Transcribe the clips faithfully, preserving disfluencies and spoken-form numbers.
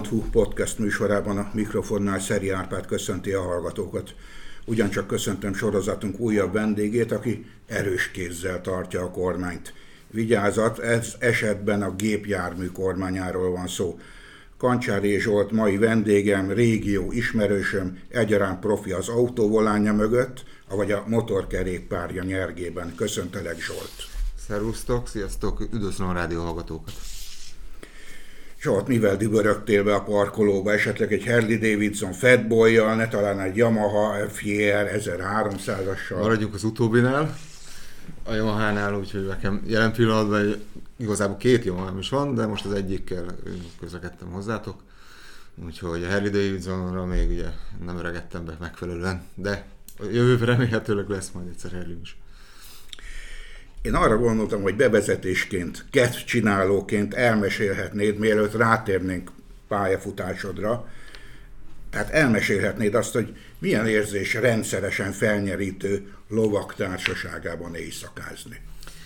pont hu podcast műsorában a mikrofonnál Szeri Árpád köszönti a hallgatókat. Ugyancsak köszöntöm sorozatunk újabb vendégét, aki erős kézzel tartja a kormányt. Vigyázat, ez esetben a gépjármű kormányáról van szó. Kancsáry Zsolt mai vendégem, régió ismerősöm, egyaránt profi az autóvolánja mögött, avagy a motorkerékpárja nyergében. Köszöntelek, Zsolt! Szervusztok, sziasztok, üdvözlöm a rádió hallgatókat! Zsolt, mivel dübörögtél be a parkolóba? Esetleg egy Harley Davidson Fatboy-jal, ne talán egy Yamaha ef jé er ezerháromszázassal? Maradjunk az utóbbinál, a Yamaha-nál, úgyhogy nekem jelen pillanatban igazából két Yamaha is van, de most az egyikkel közlekedtem hozzátok. Úgyhogy a Harley Davidsonra még ugye nem öregettem be megfelelően, de jövőben remélhetőleg lesz majd egyszer Harley is. Én arra gondoltam, hogy bevezetésként, kedvcsinálóként elmesélhetnéd, mielőtt rátérnénk pályafutásodra, tehát elmesélhetnéd azt, hogy milyen érzés rendszeresen felnyerítő lovak társaságában éjszakázni.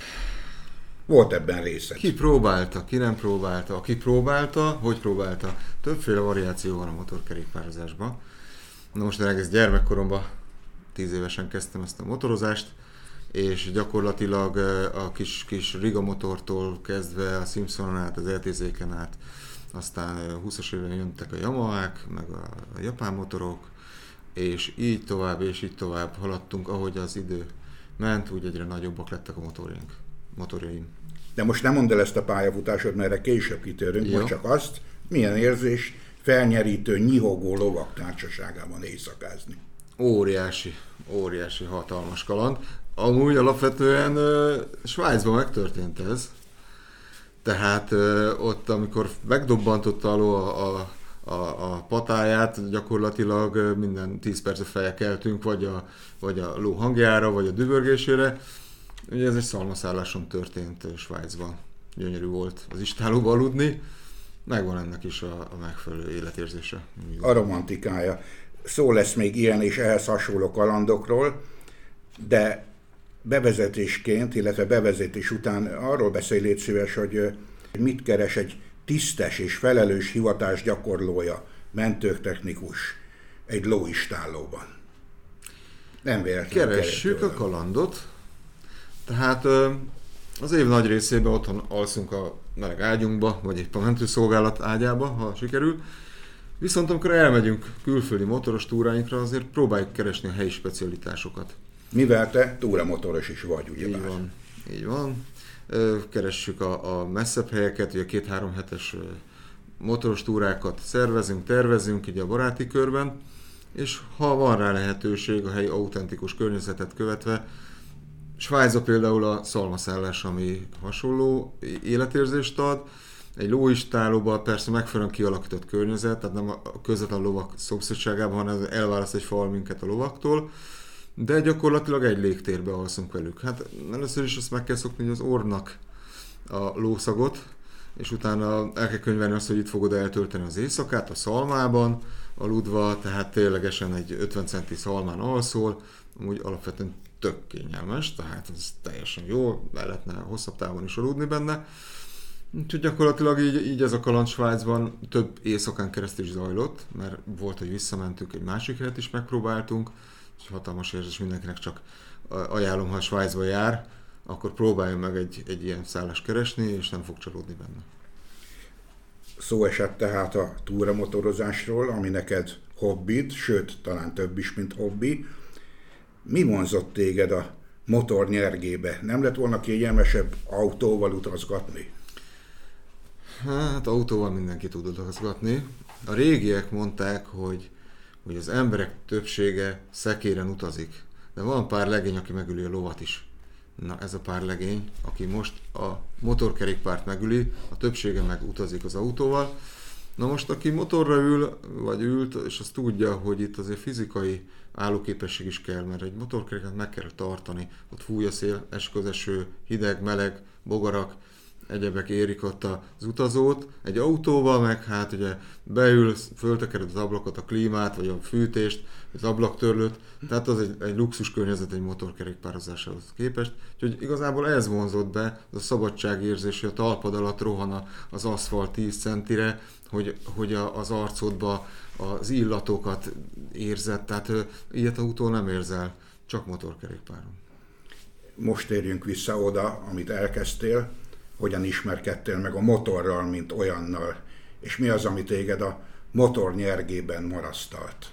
Volt ebben részed? Ki próbálta, ki nem próbálta, aki próbálta, hogy próbálta. Többféle variáció van a motorkerékpározásban. Na most én egész gyermekkoromban, tíz évesen kezdtem ezt a motorozást, és gyakorlatilag a kis, kis Riga motortól kezdve a Simpsonon át, az el té zéken át, aztán húszas évben jöttek a Yamahák, meg a, a japán motorok, és így tovább, és így tovább haladtunk, ahogy az idő ment, úgy egyre nagyobbak lettek a motorjaink, motorjaim. De most nem mondd el ezt a pályafutásod, mert erre később kitérünk, most csak azt, milyen érzés felnyerítő, nyihogó lovak társaságában éjszakázni. Óriási, óriási, hatalmas kaland. Amúgy alapvetően uh, Svájcban megtörtént ez, tehát uh, ott, amikor megdobbantotta a ló a, a, a, a patáját, gyakorlatilag uh, minden tíz percre felkeltünk, vagy a, vagy a ló hangjára, vagy a dübörgésére. Ugye ez egy szalmaszálláson történt uh, Svájcban. Gyönyörű volt az istálóba aludni, megvan ennek is a, a megfelelő életérzése. A romantikája. Szó lesz még ilyen és ehhez hasonló kalandokról, de bevezetésként, illetve bevezetés után arról beszélj, légy szíves, hogy mit keres egy tisztes és felelős hivatás gyakorlója, mentőtechnikus egy lóistállóban. Nem véletlenül keressük a kalandot, tehát az év nagy részében otthon alszunk a meleg ágyunkba, vagy épp a mentőszolgálat ágyába, ha sikerül. Viszont amikor elmegyünk külföldi motoros túráinkra, azért próbáljuk keresni a helyi specialitásokat. Mivel te túramotoros is vagy, ugye? Így van, így van. Keressük a, a messzebb helyeket, ugye két-három hetes motoros túrákat szervezünk, tervezünk így a baráti körben, és ha van rá lehetőség a helyi autentikus környezetet követve, Svájcban például a szalmaszállás, ami hasonló életérzést ad, egy lóistálóban persze megfelelően kialakított környezet, tehát nem a közvetlen lovak szomszédságában, hanem elválaszt egy fal minket a lovaktól, de gyakorlatilag egy légtérbe alszunk velük. Hát először is azt meg kell szokni, hogy az orrnak a lószagot, és utána el kell könyvelni azt, hogy itt fogod eltölteni az éjszakát a szalmában aludva, tehát ténylegesen egy ötven centi szalmán alszol, amúgy alapvetően tök kényelmes, tehát ez teljesen jó, le lehetne hosszabb távon is aludni benne. Úgyhogy gyakorlatilag így, így ez a kaland Svájcban több éjszakán keresztül is zajlott, mert volt, hogy visszamentünk, egy másik helyet is megpróbáltunk, és hatalmas érzés mindenkinek, csak ajánlom, ha Svájcba jár, akkor próbáljon meg egy, egy ilyen szállást keresni, és nem fog csalódni benne. Szó esett tehát a túramotorozásról, ami neked hobbid, sőt, talán több is, mint hobbi. Mi vonzott téged a motor nyergébe? Nem lett volna kényelmesebb autóval utazgatni? Hát autóval mindenki tud utazgatni. A régiek mondták, hogy, hogy az emberek többsége szekéren utazik. De van pár legény, aki megüli a lovat is. Na ez a pár legény, aki most a motorkerékpárt megüli, a többsége meg utazik az autóval. Na most aki motorra ül, vagy ült, és azt tudja, hogy itt azért fizikai állóképesség is kell, mert egy motorkerékpárt meg kell tartani. Ott fúj a szél, esik az eső, hideg, meleg, bogarak. egyebek érik ott az utazót. Egy autóval meg hát ugye beülsz, föltekered az ablakot, a klímát, vagy a fűtést, az ablaktörlőt, tehát az egy, egy luxus környezet egy motorkerékpározásához képest. Úgyhogy igazából ez vonzott be, az a szabadságérzés, hogy a talpad alatt rohan az aszfalt tíz centire, hogy, hogy a, az arcodba az illatokat érzed, tehát ilyet autó nem érzel, csak motorkerékpáron. Most térjünk vissza oda, amit elkezdtél, hogyan ismerkedtél meg a motorral, mint olyannal, és mi az, ami téged a motor nyergében marasztalt?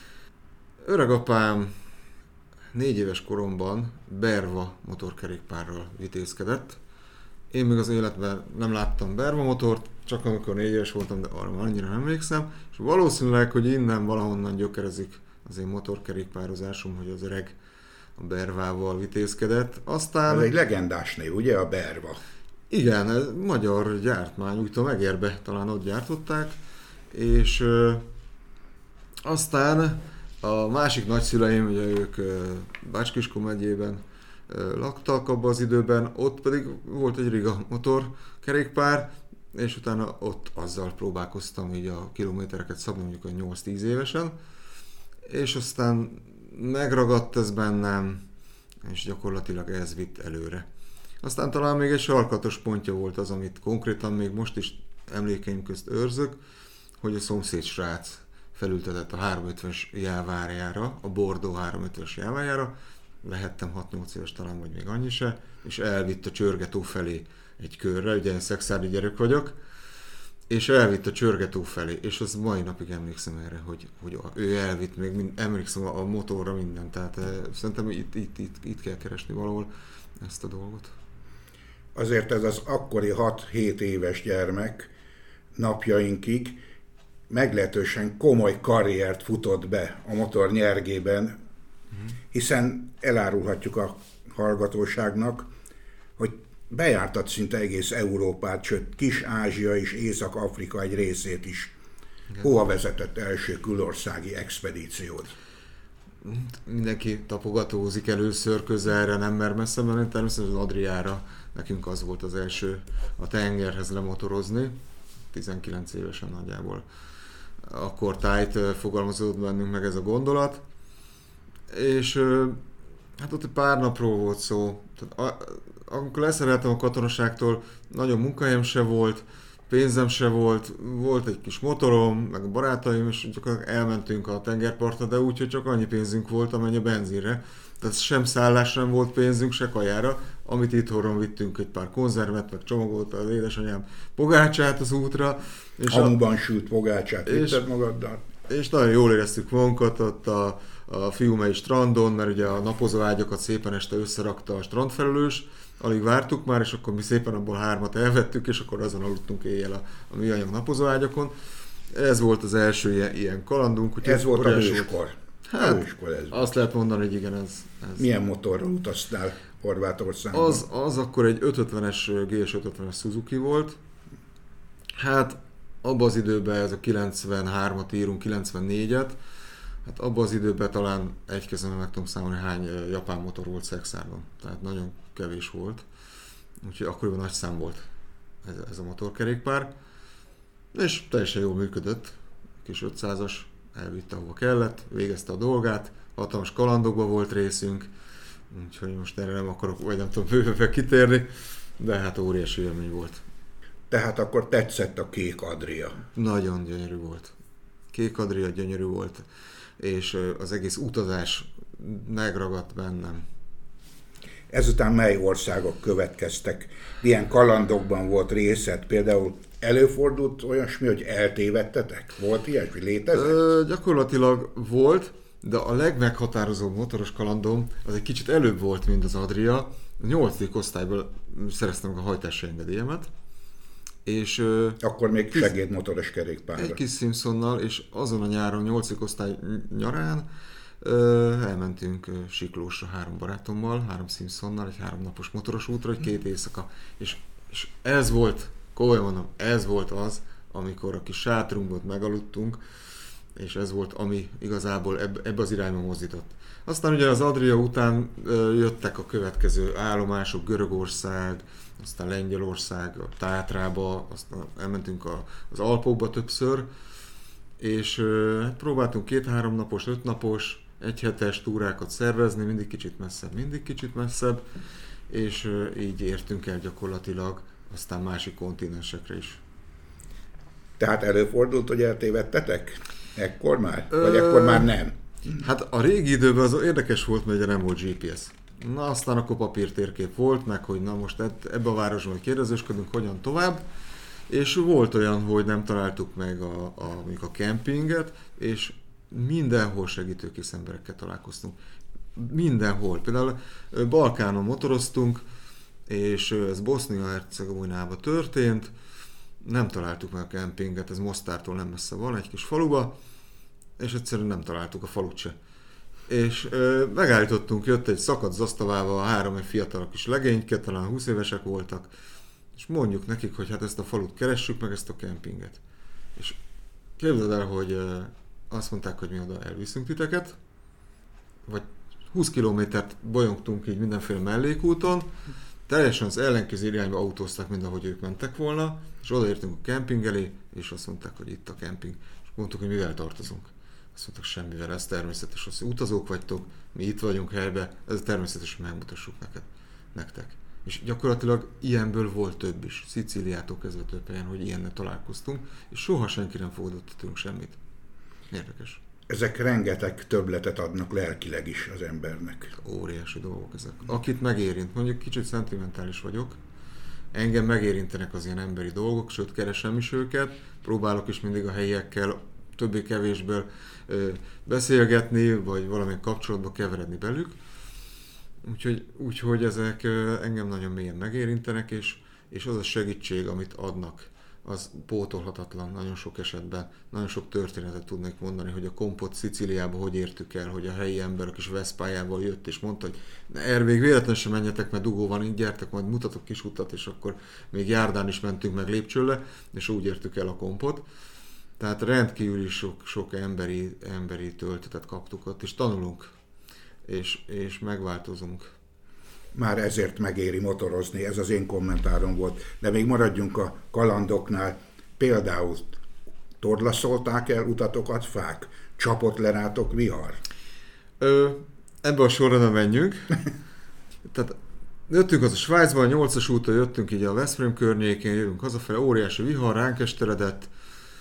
Öregapám négy éves koromban Berva motorkerékpárral vitézkedett. Én még az életben nem láttam Berva motort, csak amikor négy éves voltam, de arra már annyira nem emlékszem, és valószínűleg, hogy innen valahonnan gyökerezik az én motorkerékpározásom, hogy az öreg a Bervával vitézkedett. Aztán... Ez egy legendás név, ugye, a Berva? Igen, ez magyar gyártmány, úgy tudom, Egerbe talán ott gyártották, és ö, aztán a másik nagyszüleim, ugye ők Bács-Kiskun megyében ö, laktak abban az időben, ott pedig volt egy Riga motor kerékpár, és utána ott azzal próbálkoztam így a kilométereket szabni, mondjuk a nyolc-tíz évesen, és aztán megragadt ez bennem, és gyakorlatilag ez vitt előre. Aztán talán még egy sarkatos pontja volt az, amit konkrétan még most is emlékeim közt őrzök, hogy a szomszéd srác felültetett a háromszázötvenes jávárjára, a Bordeaux háromszázötvenes jávájára, lehettem hat-nyolc éves talán, vagy még annyi se, és elvitt a Csörgetó felé egy körre, ugye én szexárdi gyerek vagyok, és elvitt a Csörgetó felé, és az mai napig emlékszem erre, hogy, hogy ő elvitt, még mind, emlékszem a motorra minden, tehát eh, szerintem itt, itt, itt, itt kell keresni valahol ezt a dolgot. Azért ez az akkori hat-hét éves gyermek napjainkig meglehetősen komoly karriert futott be a motor nyergében, hiszen elárulhatjuk a hallgatóságnak, hogy bejártad szinte egész Európát, sőt Kis-Ázsia és Észak-Afrika egy részét is. Igen. Hova vezetett első külországi expedíciód? Mindenki tapogatózik először közelre, nem mer messze menni, természetesen az Adriára. Nekünk az volt az első a tengerhez lemotorozni, tizenkilenc évesen nagyjából. Akkor tájt fogalmazódott bennünk meg ez a gondolat, és hát ott egy pár napról volt szó. Tehát, amikor leszereltem a katonaságtól, nagyon munkahelyem se volt, pénzem se volt, volt egy kis motorom, meg a barátaim, és csak elmentünk a tengerpartra, de úgy, hogy csak annyi pénzünk volt, amennyi a benzinre. Tehát sem szállásra nem volt pénzünk, se kajára, amit itthonról vittünk, egy pár konzervet, meg csomagolt az édesanyám pogácsát az útra. És hamuban sült pogácsát vitted magaddal? És nagyon jól éreztük magunkat ott a, a Fiumei strandon, mert ugye a napozó ágyakat szépen este összerakta a strandfelelős, alig vártuk már, és akkor mi szépen abból hármat elvettük, és akkor azon aludtunk éjjel a, a műanyag napozó ágyakon. Ez volt az első ilyen, ilyen kalandunk. Ez volt a hőskor. Hát, hőskor ez azt lehet mondani, hogy igen, ez... ez... Milyen motorral utaztál Horvátországban? Az, az akkor egy ötszázötvenes, gé es ötszázötvenes Suzuki volt. Hát abban az időben, ez a kilencvenhármat írunk, kilencvennégyet, hát abban az időben talán egy kezemben meg tudom számolni, hány japán motor volt Szexárban. Tehát nagyon kevés volt. Úgyhogy akkoriban nagy szám volt ez, ez a motorkerékpár. És teljesen jól működött. Kis ötszázas elvitte ahova kellett, végezte a dolgát, hatalmas kalandokban volt részünk, úgyhogy most erre nem akarok, vagy nem tudom bővebben kitérni, de hát óriási élmény volt. Tehát akkor tetszett a Kék Adria? Nagyon gyönyörű volt. Kék Adria gyönyörű volt, és az egész utazás megragadt bennem. Ezután mely országok következtek? Milyen kalandokban volt részed? Például előfordult olyasmi, hogy eltévedtetek? Volt ilyesmi? Létezett? Ö, gyakorlatilag volt, de a legmeghatározóbb motoros kalandom az egy kicsit előbb volt, mint az Adria. A nyolcadik osztályból szereztem a hajtási engedélyemet. És, akkor még segédmotoros kerékpárra. Egy kis Simpsonnal, és azon a nyáron, nyolcadik osztály nyarán ö, elmentünk Siklósra három barátommal, három Simpsonnal, egy háromnapos motoros útra, egy két éjszaka. És, és ez volt, komolyan mondom, ez volt az, amikor a kis sátrunkban megaludtunk, és ez volt, ami igazából ebbe, ebbe az irányba mozdított. Aztán ugye az Adria után jöttek a következő állomások, Görögország, aztán Lengyelország, a Tátrába, aztán elmentünk a, az Alpokba többször, és hát próbáltunk két-három napos, öt napos, egyhetes túrákat szervezni, mindig kicsit messzebb, mindig kicsit messzebb, és így értünk el gyakorlatilag aztán másik kontinensekre is. Tehát előfordult, hogy eltévedtetek? Ekkor már? Vagy Ö... ekkor már nem? Hát a régi időben az érdekes volt, mert ugye nem volt gé pé es. Na aztán akkor papírtérkép volt, meg hogy na most ebbe a városban kérdezősködünk, hogyan tovább. És volt olyan, hogy nem találtuk meg a, a, a kempinget, és mindenhol segítőkész emberekkel találkoztunk. Mindenhol. Például Balkánon motoroztunk, és ez Bosznia-Hercegovinában történt, nem találtuk meg a kempinget, ez Mostártól nem messze van, egy kis faluba, és egyszerűen nem találtuk a falut se. És ö, megállítottunk, jött egy szakadt zasztavával három egy fiatal kis legényke, talán húsz évesek voltak, és mondjuk nekik, hogy hát ezt a falut keressük, meg ezt a kempinget. És képzeld el, hogy ö, azt mondták, hogy mi oda elviszünk titeket, vagy húsz kilométert bolyongtunk így mindenféle mellékúton, teljesen az ellenkező irányba autóztak, mint ahogy ők mentek volna, és odaértünk a kemping elé, és azt mondták, hogy itt a kemping. És mondtuk, hogy mivel tartozunk. Azt mondták, semmivel, ez természetes, az utazók vagytok, mi itt vagyunk helyben, ez természetes, hogy megmutassuk neked, nektek. És gyakorlatilag ilyenből volt több is, Szicíliától kezdve több helyen, hogy ilyennel találkoztunk, és soha senki nem fogadott tőlünk semmit. Érdekes. Ezek rengeteg többletet adnak lelkileg is az embernek. Óriási dolgok ezek. Akit megérint, mondjuk kicsit szentimentális vagyok, engem megérintenek az ilyen emberi dolgok, sőt keresem is őket, próbálok is mindig a helyiekkel többé-kevésből beszélgetni, vagy valamilyen kapcsolatba keveredni belük. Úgyhogy, úgyhogy ezek engem nagyon mélyen megérintenek, és, és az a segítség, amit adnak, az pótolhatatlan nagyon sok esetben. Nagyon sok történetet tudnék mondani, hogy a kompot Szicíliába hogy értük el, hogy a helyi ember a kis Veszpályából jött, és mondta, hogy Ervég, véletlenül sem menjetek, mert dugó van, így gyertek, majd mutatok kis utat, és akkor még járdán is mentünk meg lépcsőle, és úgy értük el a kompot. Tehát rendkívül sok, sok emberi, emberi töltetet kaptuk ott, és tanulunk, és, és megváltozunk. Már ezért megéri motorozni, ez az én kommentárom volt. De még maradjunk a kalandoknál. Például torlaszolták el utatokat fák? Csapott le rátok vihar? Ö, ebbe a sorra nem menjünk. Tehát jöttünk az a Svájcban, a nyolcas úton jöttünk így a Veszprém környékén, jövünk hazafele, óriási vihar, ránk esteredett,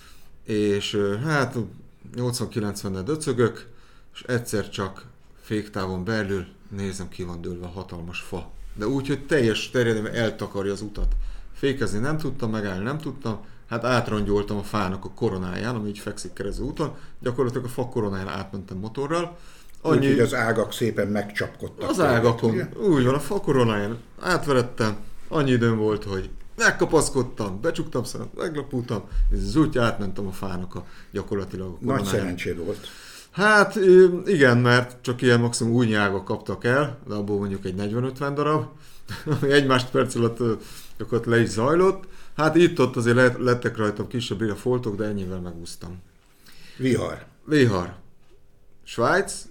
és hát nyolcvan-kilencvennel döcögök, és egyszer csak féktávon belül nézem, ki van dőlve a hatalmas fa. De úgy, hogy teljes terjedelme eltakarja az utat. Fékezni nem tudtam, megállni nem tudtam, hát átrongyoltam a fának a koronáján, ami így fekszik keresztül úton, gyakorlatilag a fa koronáján átmentem motorral. Annyi... Úgy, hogy az ágak szépen megcsapkodtak. Az ágakon, ugye? Úgy van, a fa koronáján átverettem, annyi időm volt, hogy megkapaszkodtam, becsuktam szemet, meglapultam, és zúgy átmentem a fának a gyakorlatilag a koronáján. Nagy szerencséd volt. Hát igen, mert csak ilyen maximum új nyágak kaptak el, de abból mondjuk egy negyven-ötven darab, ami egy másodperc alatt gyakorlatilag le is zajlott. Hát itt-ott azért lettek rajtam kisebb foltok, de ennyivel megúsztam. Vihar. Vihar. Svájc.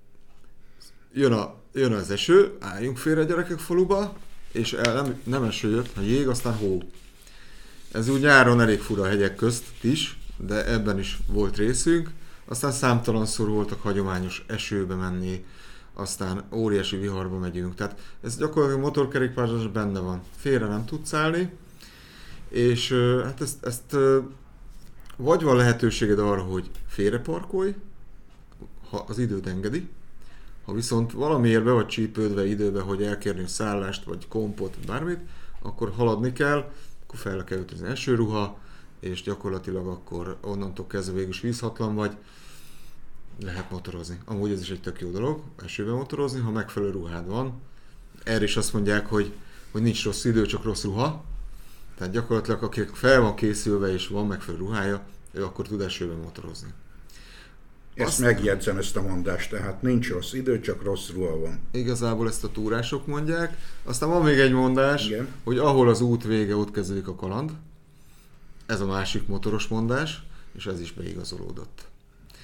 Jön, a, jön az eső, álljunk félre gyerekek faluba, és el, nem, nem eső jött, ha jég, aztán hó. Ez úgy nyáron elég fura a hegyek közt is, de ebben is volt részünk. Aztán számtalanszor voltak hagyományos esőbe menni, aztán óriási viharba megyünk. Tehát ez gyakorlatilag motorkerékpározás benne van. Félre nem tudsz állni, és hát ezt, ezt vagy van lehetőséged arra, hogy félre parkolj, ha az időd engedi, ha viszont valamiért be vagy csípődve időbe, hogy elkérni szállást, vagy kompot, bármit, akkor haladni kell, akkor fel kell öltözni esőruha, és gyakorlatilag akkor onnantól kezdve végül is vízhatlan vagy, lehet motorozni. Amúgy ez is egy tök jó dolog, esőben motorozni, ha megfelelő ruhád van. Erre is azt mondják, hogy, hogy nincs rossz idő, csak rossz ruha. Tehát gyakorlatilag aki fel van készülve és van megfelelő ruhája, ő akkor tud esőben motorozni. Ezt azt megjegyzem, ezt a mondást, tehát nincs rossz idő, csak rossz ruha van. Igazából ezt a túrások mondják. Aztán van még egy mondás, igen, hogy ahol az út vége, ott kezdődik a kaland. Ez a másik motoros mondás, és ez is beigazolódott.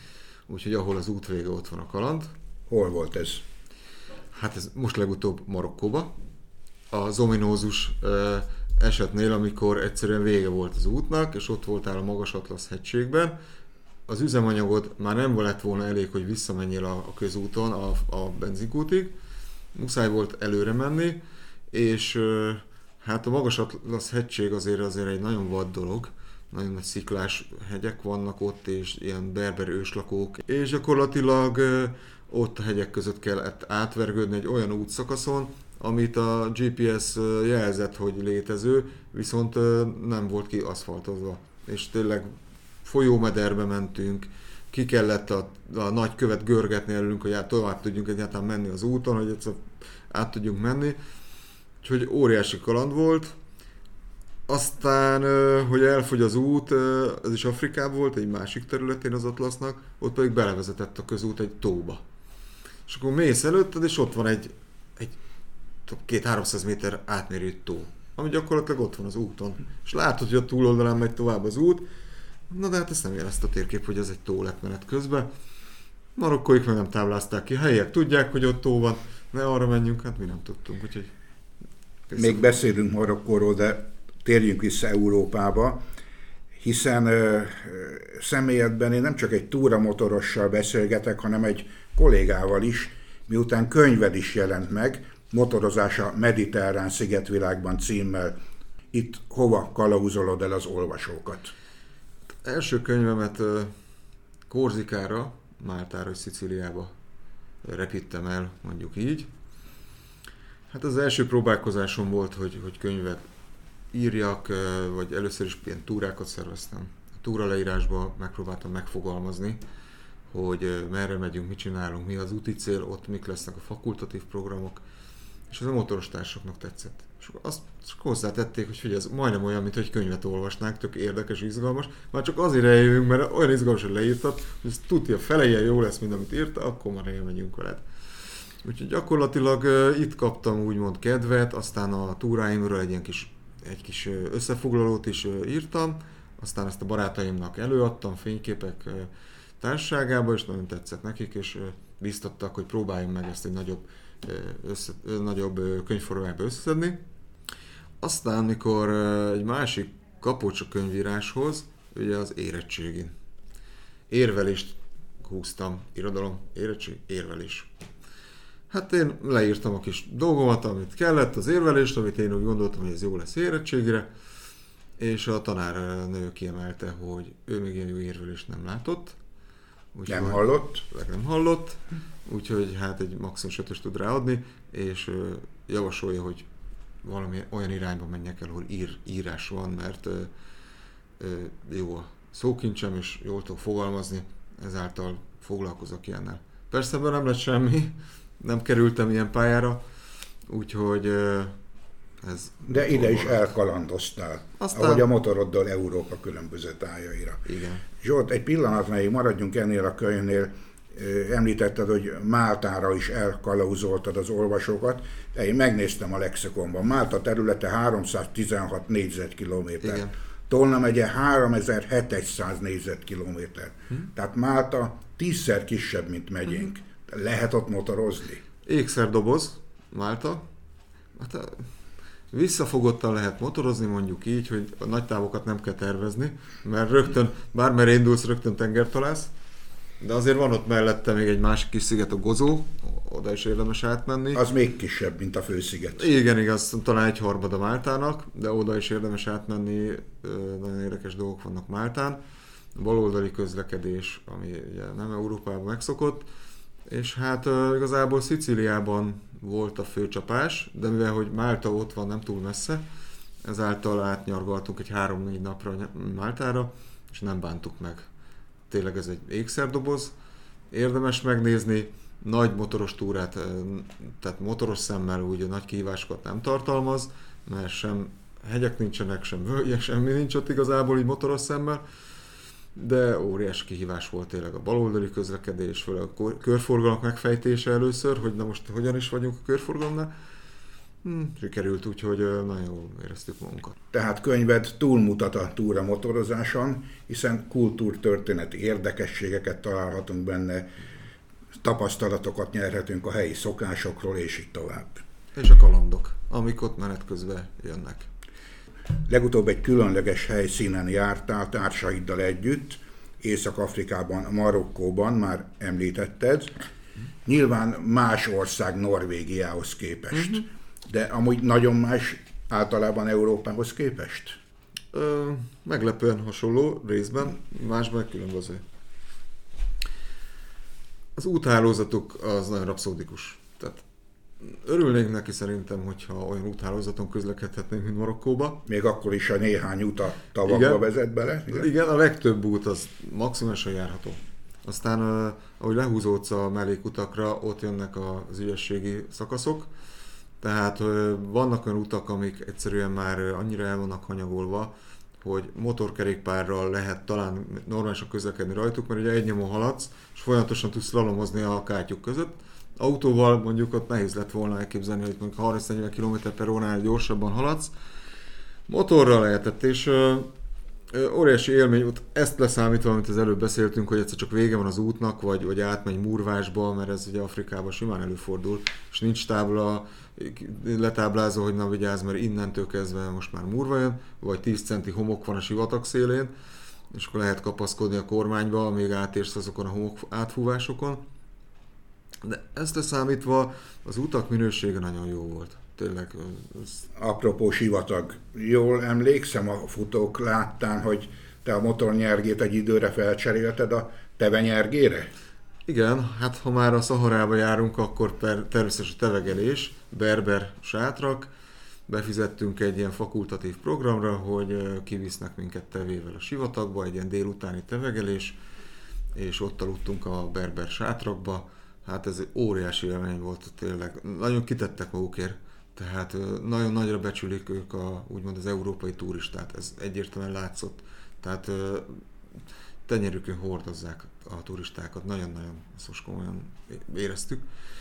úgyhogy ahol az út vége, ott van a kaland. Hol volt ez? Hát ez most legutóbb Marokkóba. Az ominózus uh, esetnél, amikor egyszerűen vége volt az útnak, és ott voltál a Magas Atlasz hegységben, az üzemanyagod már nem lett volna elég, hogy visszamenjél a, a közúton, a, a benzinkútig. Muszáj volt előre menni, és uh, hát a Magas Atlasz hegység azért, azért egy nagyon vad dolog. Nagyon nagy sziklás hegyek vannak ott, és ilyen berber őslakók, és gyakorlatilag uh, ott a hegyek között kellett átvergődni egy olyan útszakaszon, amit a gé pé es jelzett, hogy létező, viszont nem volt ki aszfaltozva. És tényleg folyómederbe mentünk, ki kellett a, a nagy követ görgetni előnk, hogy át, tovább tudjunk egyáltalán menni az úton, hogy egyszer át tudjunk menni. Úgyhogy óriási kaland volt. Aztán, hogy elfogy az út, ez is Afrikában volt, egy másik területén az Atlasznak, ott pedig belevezetett a közút egy tóba. És akkor mész előtted, és ott van egy, egy két-háromszáz méter átmérő tó, ami gyakorlatilag ott van az úton. És látod, hogy a túloldalán megy tovább az út, na de hát ezt nem jelezte a térkép, hogy ez egy tó lett menet közben. Marokkóik meg nem táblázták ki, helyiek tudják, hogy ott tó van, ne arra menjünk, hát mi nem tudtunk, úgyhogy... Még beszélünk Marokkóról, de térjünk vissza Európába, hiszen ö, személyedben én nem csak egy túramotorossal beszélgetek, hanem egy kollégával is, miután könyved is jelent meg, Motorozás a mediterrán szigetvilágban címmel. Itt hova kalauzolod el az olvasókat? Első könyvemet Korzikára, Máltára és Szicíliába repítem el, mondjuk így. Hát az első próbálkozásom volt, hogy, hogy könyvet írjak, vagy először is ilyen túrákat szerveztem. A túraleírásba megpróbáltam megfogalmazni, hogy merre megyünk, mit csinálunk, mi az úti cél, ott mik lesznek a fakultatív programok, és ez a motoros társaknak tetszett. És azt csak hozzátették, hogy figyelj, ez majdnem olyan, mint hogy könyvet olvasnák, tök érdekes, izgalmas. Már csak azért eljövünk, mert olyan izgalmas, hogy leírtad, hogy ez tudja, fele ilyen jó lesz, mint amit írta, akkor már elmegyünk veled. Úgyhogy gyakorlatilag uh, itt kaptam úgymond kedvet, aztán a túráimról egy ilyen kis, egy kis összefoglalót is uh, írtam, aztán ezt a barátaimnak előadtam fényképek uh, társaságában, és nagyon tetszett nekik, és uh, biztattak, hogy próbáljunk meg ezt egy nagyobb Össze, nagyobb könyvformába összeszedni. Aztán, mikor egy másik kapocs a könyvíráshoz, ugye az érettségin. Érvelést húztam, irodalom, érettség, érvelés. Hát én leírtam a kis dolgomat, amit kellett, az érvelést, amit én úgy gondoltam, hogy ez jó lesz érettségre, és a tanárnő kiemelte, hogy ő még ilyen jó érvelést nem látott. Úgy nem hallott? Meg nem hallott, úgyhogy hát egy maximum ötös tud ráadni, és ö, javasolja, hogy valami olyan irányba menjek el, ahol ír, írás van, mert ö, ö, jó a szókincsem, és jól tudok fogalmazni, ezáltal foglalkozok ilyennel. Persze ebben nem lett semmi, nem kerültem ilyen pályára, úgyhogy ö, ez... De ide is elkalandoztál, aztán... ahogy a motoroddal Európa különböző tájaira. Igen. Zsolt, egy pillanatra még maradjunk ennél a könyvnél. Említetted, hogy Máltára is elkalauzoltad az olvasókat, de én megnéztem a lexikonban. Málta területe háromszáztizenhat négyzetkilométer. Tolna megye háromezer-hétszáz négyzetkilométer. Hm? Tehát Málta tízszer kisebb, mint megyénk. Hm. Lehet ott motorozni? Ékszerdoboz, Málta. Hát, visszafogottan lehet motorozni, mondjuk így, hogy a nagy távokat nem kell tervezni, mert rögtön, bármerre indulsz, rögtön tengert találsz. De azért van ott mellette még egy másik kis sziget, a Gozó, oda is érdemes átmenni. Az még kisebb, mint a fősziget. Igen, igaz, talán egy harmada Máltának, de oda is érdemes átmenni, nagyon érdekes dolgok vannak Máltán. A baloldali közlekedés, ami ugye nem Európában megszokott, és hát igazából Szicíliában volt a főcsapás, de mivel hogy Málta ott van nem túl messze, ezáltal átnyargaltunk egy három-négy napra Máltára, és nem bántuk meg. Tényleg ez egy ékszerdoboz, érdemes megnézni, nagy motoros túrát, tehát motoros szemmel úgy nagy kihívásokat nem tartalmaz, mert sem hegyek nincsenek, sem völgyek, semmi nincs ott igazából így motoros szemmel, de óriási kihívás volt tényleg a baloldali közlekedés, főleg a körforgalmak megfejtése először, hogy na most hogyan is vagyunk a körforgalomnál, Hmm, sikerült, úgyhogy nagyon jól éreztük magunkat. Tehát könyved túlmutat a túra motorozáson, hiszen kultúrtörténeti érdekességeket találhatunk benne, tapasztalatokat nyerhetünk a helyi szokásokról, és így tovább. És a kalandok, amik ott menet közben jönnek. Legutóbb egy különleges helyszínen jártál társaiddal együtt, Észak-Afrikában, Marokkóban, már említetted. Nyilván más ország Norvégiához képest, uh-huh. de amúgy nagyon más általában Európához képest? Ö, meglepően hasonló részben, másban különböző. Az úthálózatuk az nagyon rapszódikus. Tehát örülnénk neki szerintem, hogyha olyan úthálózaton közlekedhetnénk, mint Marokkóba. Még akkor is a néhány út a tavakba vezet bele? Igen? Igen, a legtöbb út az maximálisan járható. Aztán, ahogy lehúzódsz a mellékutakra, ott jönnek az ügyességi szakaszok. Tehát vannak olyan utak, amik egyszerűen már annyira el vannak hanyagolva, hogy motorkerékpárral lehet talán normálisan közlekedni rajtuk, mert ugye egy nyomon haladsz, és folyamatosan tudsz slalomozni a kátyuk között. Autóval mondjuk ott nehéz lett volna elképzelni, hogy mondjuk harminc-negyven kilométer per óránál gyorsabban haladsz. Motorral lehetett, és ö, ö, óriási élmény volt, ezt leszámítva, amit az előbb beszéltünk, hogy egyszer csak vége van az útnak, vagy, vagy átmegy Murvásba, mert ez ugye Afrikában simán előfordul, és nincs tábla letáblázva, hogy na vigyázz, mert innentől kezdve most már Murva jön, vagy tíz centi homok van a sivatag szélén, és akkor lehet kapaszkodni a kormányba, amíg átérsz azokon a homok átfúvásokon. De ezt leszámítva az utak minősége nagyon jó volt. Tényleg. Ez... Apropó sivatag, jól emlékszem, a futók láttán, hogy te a motornyergét egy időre felcserélted a tevenyergére? Igen, hát ha már a Szaharába járunk, akkor ter- természetesen tevegelés, berber sátrak. Befizettünk egy ilyen fakultatív programra, hogy kivisznek minket tevével a sivatagba, egy ilyen délutáni tevegelés, és ott aludtunk a berber sátrakba. Hát ez egy óriási élmény volt tényleg. Nagyon kitettek magukért, tehát nagyon nagyra becsülik ők a, úgymond az európai turistát, ez egyértelműen látszott. Tehát tenyerükön hordozzák a turistákat, nagyon-nagyon ezt most komolyan éreztük.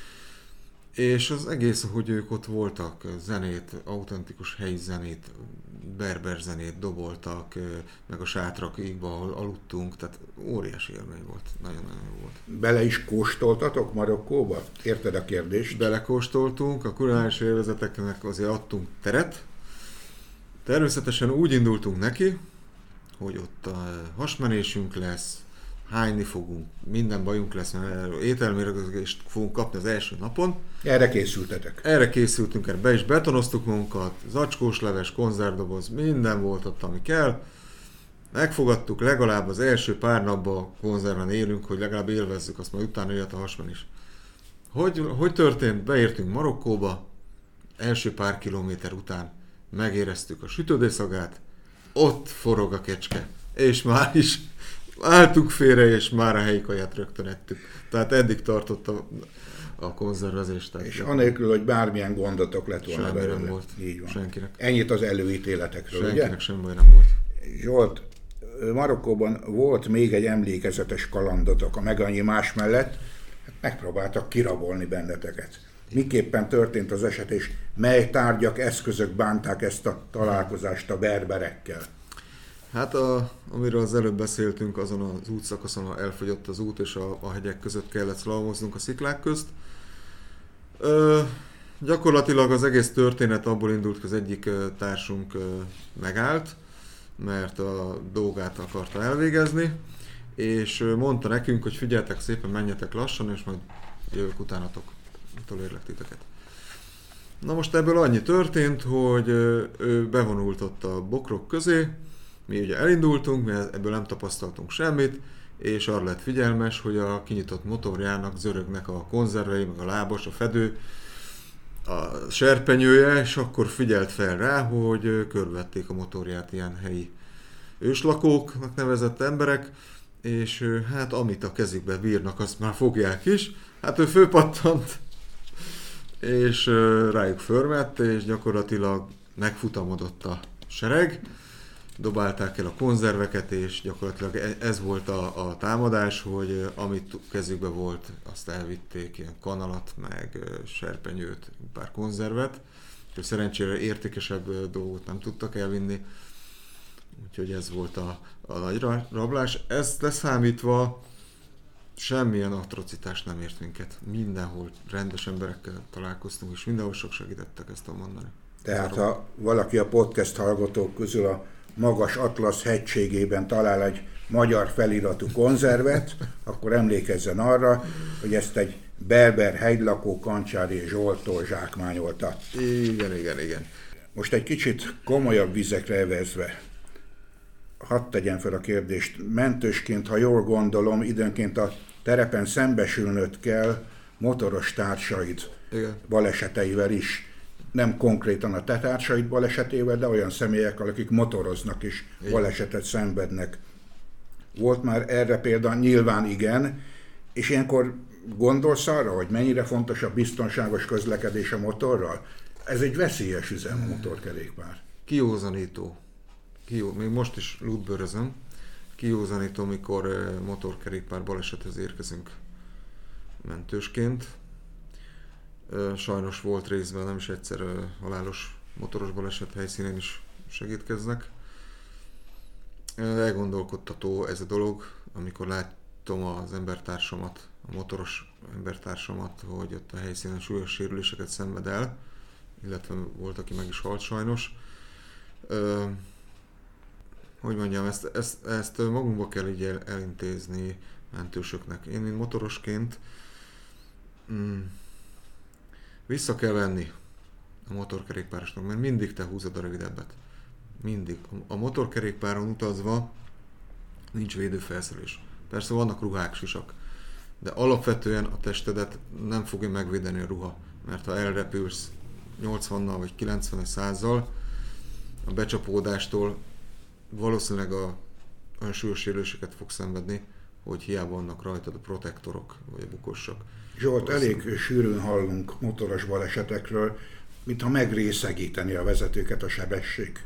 És az egész, hogy ők ott voltak, zenét, autentikus helyi zenét, berber zenét doboltak, meg a sátrakikba, ahol aludtunk, tehát óriási élmény volt, nagyon-nagyon jó volt. Bele is kóstoltatok Marokkóba? Érted a kérdést? Belekóstoltunk, a kulináris élvezeteknek azért adtunk teret. Természetesen úgy indultunk neki, hogy ott a hasmenésünk lesz, hányni fogunk, minden bajunk lesz, mert ételmérgezést fogunk kapni az első napon. Erre készültetek? Erre készültünk, erre be is betonoztuk magunkat, zacskós leves, konzervdoboz, minden volt ott, ami kell. Megfogadtuk, legalább az első pár napban konzerven élünk, hogy legalább élvezzük, azt majd utána jött a hasmenés. Hogy, hogy történt? Beértünk Marokkóba, első pár kilométer után megéreztük a sütődészagát, ott forog a kecske, és már is álltunk félre, és már a helyi kaját rögtön ettük. Tehát eddig tartott a, a konzervezést. És anélkül, hogy bármilyen gondotok lett volna semmi belőle. nem volt. Így van. Senkinek. Ennyit az előítéletekről, Senkinek ugye? semmi baj nem volt. Zsolt, Marokkóban volt még egy emlékezetes kalandotok, a meg annyi más mellett, hát megpróbáltak kirabolni benneteket. Miképpen történt az eset, és mely tárgyak, eszközök bánták ezt a találkozást a berberekkel? Hát a, amiről az előbb beszéltünk, azon az útszakaszon, ahol elfogyott az út, és a, a hegyek között kellett szlalomoznunk a sziklák közt. Ö, gyakorlatilag az egész történet abból indult, hogy az egyik társunk megállt, mert a dolgát akarta elvégezni, és mondta nekünk, hogy figyeljetek szépen, menjetek lassan, és majd jövök utánatok, utolérlek titeket. Na most ebből annyi történt, hogy ő bevonult ott a bokrok közé, mi ugye elindultunk, mi ebből nem tapasztaltunk semmit, és arra lett figyelmes, hogy a kinyitott motorjának zörögnek a konzervei, meg a lábas, a fedő, a serpenyője, és akkor figyelt fel rá, hogy körbevették a motorját ilyen helyi őslakóknak nevezett emberek, és hát amit a kezükbe bírnak, azt már fogják is. Hát ő fölpattant, és rájuk förmett, és gyakorlatilag megfutamodott a sereg. Dobálták el a konzerveket, és gyakorlatilag ez volt a, a támadás, hogy amit kezükbe volt, azt elvitték, ilyen kanalat, meg serpenyőt, pár konzervet, Szerencsére értékesebb dolgot nem tudtak elvinni, úgyhogy ez volt a, a nagy rablás. Ezt leszámítva semmilyen atrocitás nem ért minket. Mindenhol rendes emberekkel találkoztunk, és mindenhol sok segítettek, ezt tudom mondani. Tehát ha valaki a podcast hallgatók közül a magas Atlasz hegységében talál egy magyar feliratú konzervet, akkor emlékezzen arra, hogy ezt egy berber hegylakó Kancsári Zsolttól zsákmányolta. Igen, igen, igen. Most egy kicsit komolyabb vizekre evezve, hadd tegyem fel a kérdést. Mentősként, ha jól gondolom, időnként a terepen szembesülnöd kell motoros társaid igen. baleseteivel is. Nem konkrétan a te társaid balesetével, de olyan személyekkel, akik motoroznak és igen. balesetet szenvednek. Volt már erre példa? Nyilván igen. És ilyenkor gondolsz arra, hogy mennyire fontos a biztonságos közlekedés a motorral? Ez egy veszélyes üzem, a motorkerékpár. Kiózanító. Kió, még most is lútbőrözöm. Kiózanító, mikor motorkerékpár balesethez érkezünk mentősként. Sajnos volt részben, nem is egyszer halálos motoros baleset helyszínén is segítkeznek. Elgondolkodtató ez a dolog, amikor látom az embertársamat, a motoros embertársamat, hogy ott a helyszínen súlyos sérüléseket szenved el, illetve volt, aki meg is halt sajnos. Ö, hogy mondjam, ezt, ezt, ezt magunkba kell így el, elintézni mentősöknek. Én, mint motorosként mm, vissza kell venni a motorkerékpárosnak, mert mindig te húzod a rövidebbet. Mindig. A motorkerékpáron utazva nincs védőfelszerelés. Persze vannak ruhák, sisak, de alapvetően a testedet nem fogja megvédeni a ruha, mert ha elrepülsz nyolcvannal vagy kilencven vagy százzal, a becsapódástól valószínűleg a, olyan súlyos sérüléseket fog szenvedni, hogy hiába vannak rajtad a protektorok vagy a bukosok. Zsolt, elég sűrűn hallunk motoros balesetekről, mintha megrészegíteni a vezetőket a sebesség.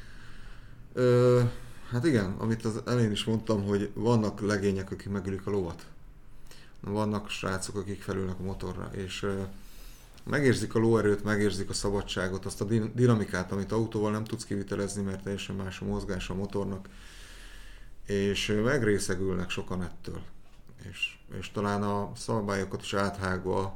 Ö, hát igen, amit az elején is mondtam, hogy vannak legények, akik megülik a lovat. Vannak srácok, akik felülnek a motorra, és ö, megérzik a lóerőt, megérzik a szabadságot, azt a dinamikát, amit autóval nem tudsz kivitelezni, mert teljesen más a mozgás a motornak, és ö, megrészegülnek sokan ettől. És, és talán a szabályokat is áthágva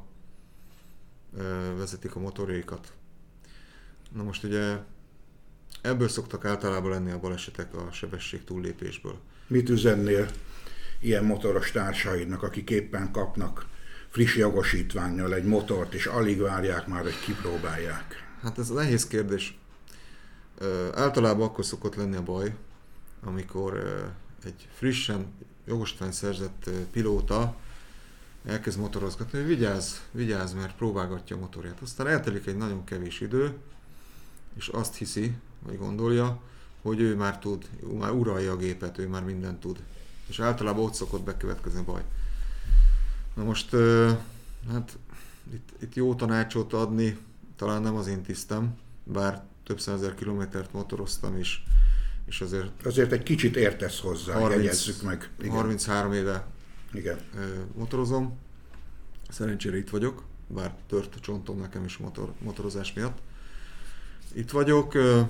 ö, vezetik a motorjaikat. Na most ugye ebből szoktak általában lenni a balesetek a sebesség túllépésből. Mit üzennél ilyen motoros társaidnak, akik éppen kapnak friss jogosítvánnyal egy motort, és alig várják már, hogy kipróbálják? Hát ez nehéz kérdés. Ö, általában akkor szokott lenni a baj, amikor ö, egy frissen jogosítvány szerzett pilóta elkezd motorozgatni, hogy vigyázz, vigyázz, mert próbálgatja a motorját. Aztán eltelik egy nagyon kevés idő, és azt hiszi, vagy gondolja, hogy ő már tud, ő már uralja a gépet, ő már mindent tud. És általában ott szokott bekövetkezni a baj. Na most, hát itt, itt jó tanácsot adni talán nem az én tisztem, bár több százezer kilométert motoroztam is, és azért... Azért egy kicsit értesz hozzá, jegyezzük meg. Igen. harminchárom éve Igen. motorozom. Szerencsére itt vagyok, bár tört a csontom nekem is motor, motorozás miatt. Itt vagyok.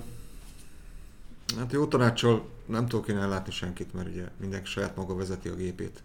Hát jó tanáccsal nem tudok én ellátni senkit, mert ugye mindenki saját maga vezeti a gépét.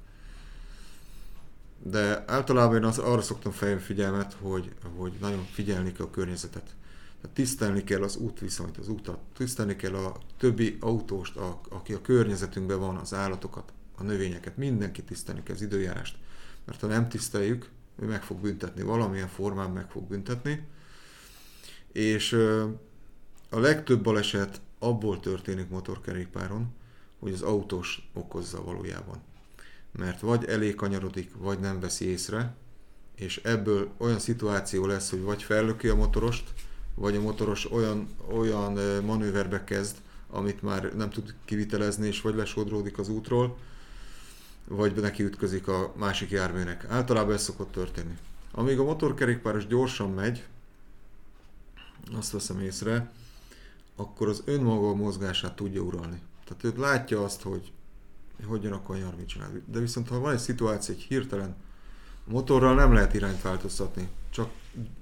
De általában én az, arra szoktam fejlődni figyelmet, hogy, hogy nagyon figyelni kell a környezetet. Tehát tisztelni kell az útviszonyt, az utat, tisztelni kell a többi autóst, a, aki a környezetünkben van, az állatokat, a növényeket, mindenki tisztelni kell az időjárást. Mert ha nem tiszteljük, ő meg fog büntetni, valamilyen formán meg fog büntetni. És a legtöbb baleset abból történik motorkerékpáron, hogy az autós okozza valójában. Mert vagy elé kanyarodik, vagy nem veszi észre, és ebből olyan szituáció lesz, hogy vagy fellöki a motorost, vagy a motoros olyan, olyan manőverbe kezd, amit már nem tud kivitelezni, és vagy lesodródik az útról, vagy neki ütközik a másik járműnek. Általában ez szokott történni. Amíg a motorkerékpáros gyorsan megy, azt veszem észre, akkor az önmaga mozgását tudja uralni. Tehát ő látja azt, hogy hogyan a kanyar, mit csinál. De viszont ha van egy szituáció, egy hirtelen motorral nem lehet irányt változtatni, csak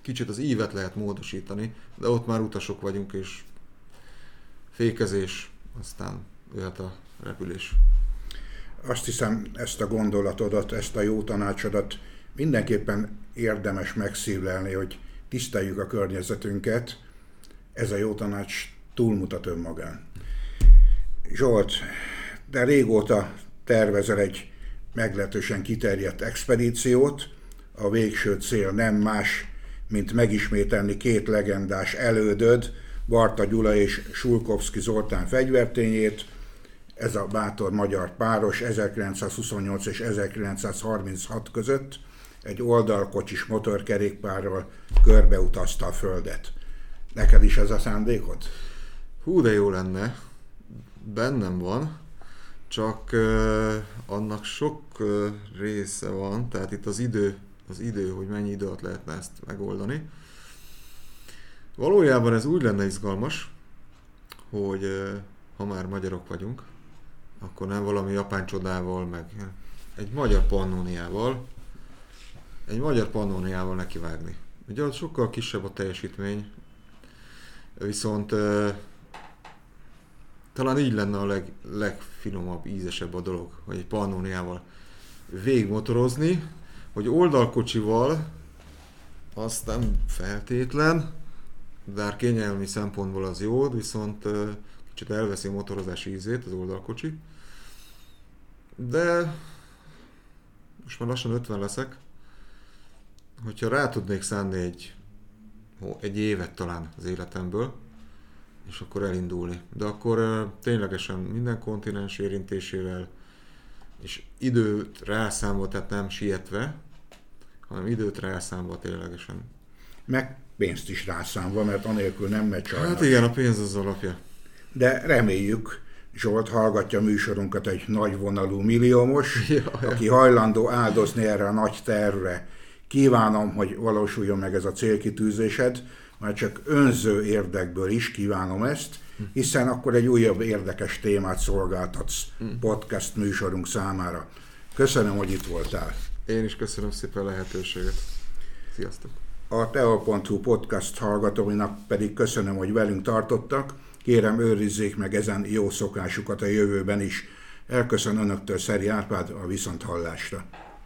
kicsit az ívet lehet módosítani, de ott már utasok vagyunk, és fékezés, aztán jöhet a repülés. Azt hiszem, ezt a gondolatodat, ezt a jó tanácsodat mindenképpen érdemes megszívlelni, hogy tiszteljük a környezetünket. Ez a jó tanács túlmutat önmagán. Zsolt, de régóta tervezel egy meglehetősen kiterjedt expedíciót. A végső cél nem más, mint megismételni két legendás elődöd, Barta Gyula és Sulkovszky Zoltán fegyvertényét. Ez a bátor magyar páros ezerkilencszázhuszonnyolc és ezerkilencszázharminchat között egy oldalkocsis motorkerékpárral körbeutazta a Földet. Neked is ez a szándékod? Hú, de jó lenne. Bennem van, csak uh, annak sok uh, része van, tehát itt az idő, az idő, hogy mennyi idő alatt lehetne ezt megoldani. Valójában ez úgy lenne izgalmas, hogy uh, ha már magyarok vagyunk, akkor nem valami japán csodával, meg egy magyar pannóniával, egy magyar pannóniával nekivágni. Ugye ott sokkal kisebb a teljesítmény, viszont uh, talán így lenne a leg, legfinomabb, ízesebb a dolog, hogy egy pannóniával végigmotorozni, hogy oldalkocsival azt nem feltétlen, de kényelmi szempontból az jó, viszont uh, kicsit elveszi a motorozási ízét az oldalkocsi. De most már lassan ötven leszek, hogyha rá tudnék szánni egy, egy évet talán az életemből, és akkor elindulni. De akkor uh, ténylegesen minden kontinens érintésével, és időt rászámva, tehát nem sietve, hanem időt rászámva ténylegesen. Meg pénzt is rászámva, mert anélkül nem megy sajnos. Hát igen, a pénz az alapja. De reméljük, Zsolt hallgatja műsorunkat egy nagyvonalú milliómos, ja, ja. aki hajlandó áldozni erre a nagy tervre. Kívánom, hogy valósuljon meg ez a célkitűzésed, már csak önző érdekből is kívánom ezt, hiszen akkor egy újabb érdekes témát szolgáltatsz podcast műsorunk számára. Köszönöm, hogy itt voltál. Én is köszönöm szépen a lehetőséget. Sziasztok! A teol pont hu podcast hallgatóinak pedig köszönöm, hogy velünk tartottak. Kérem, őrizzék meg ezen jó szokásukat a jövőben is. Elköszön önöktől Szeri Árpád, a viszonthallásra.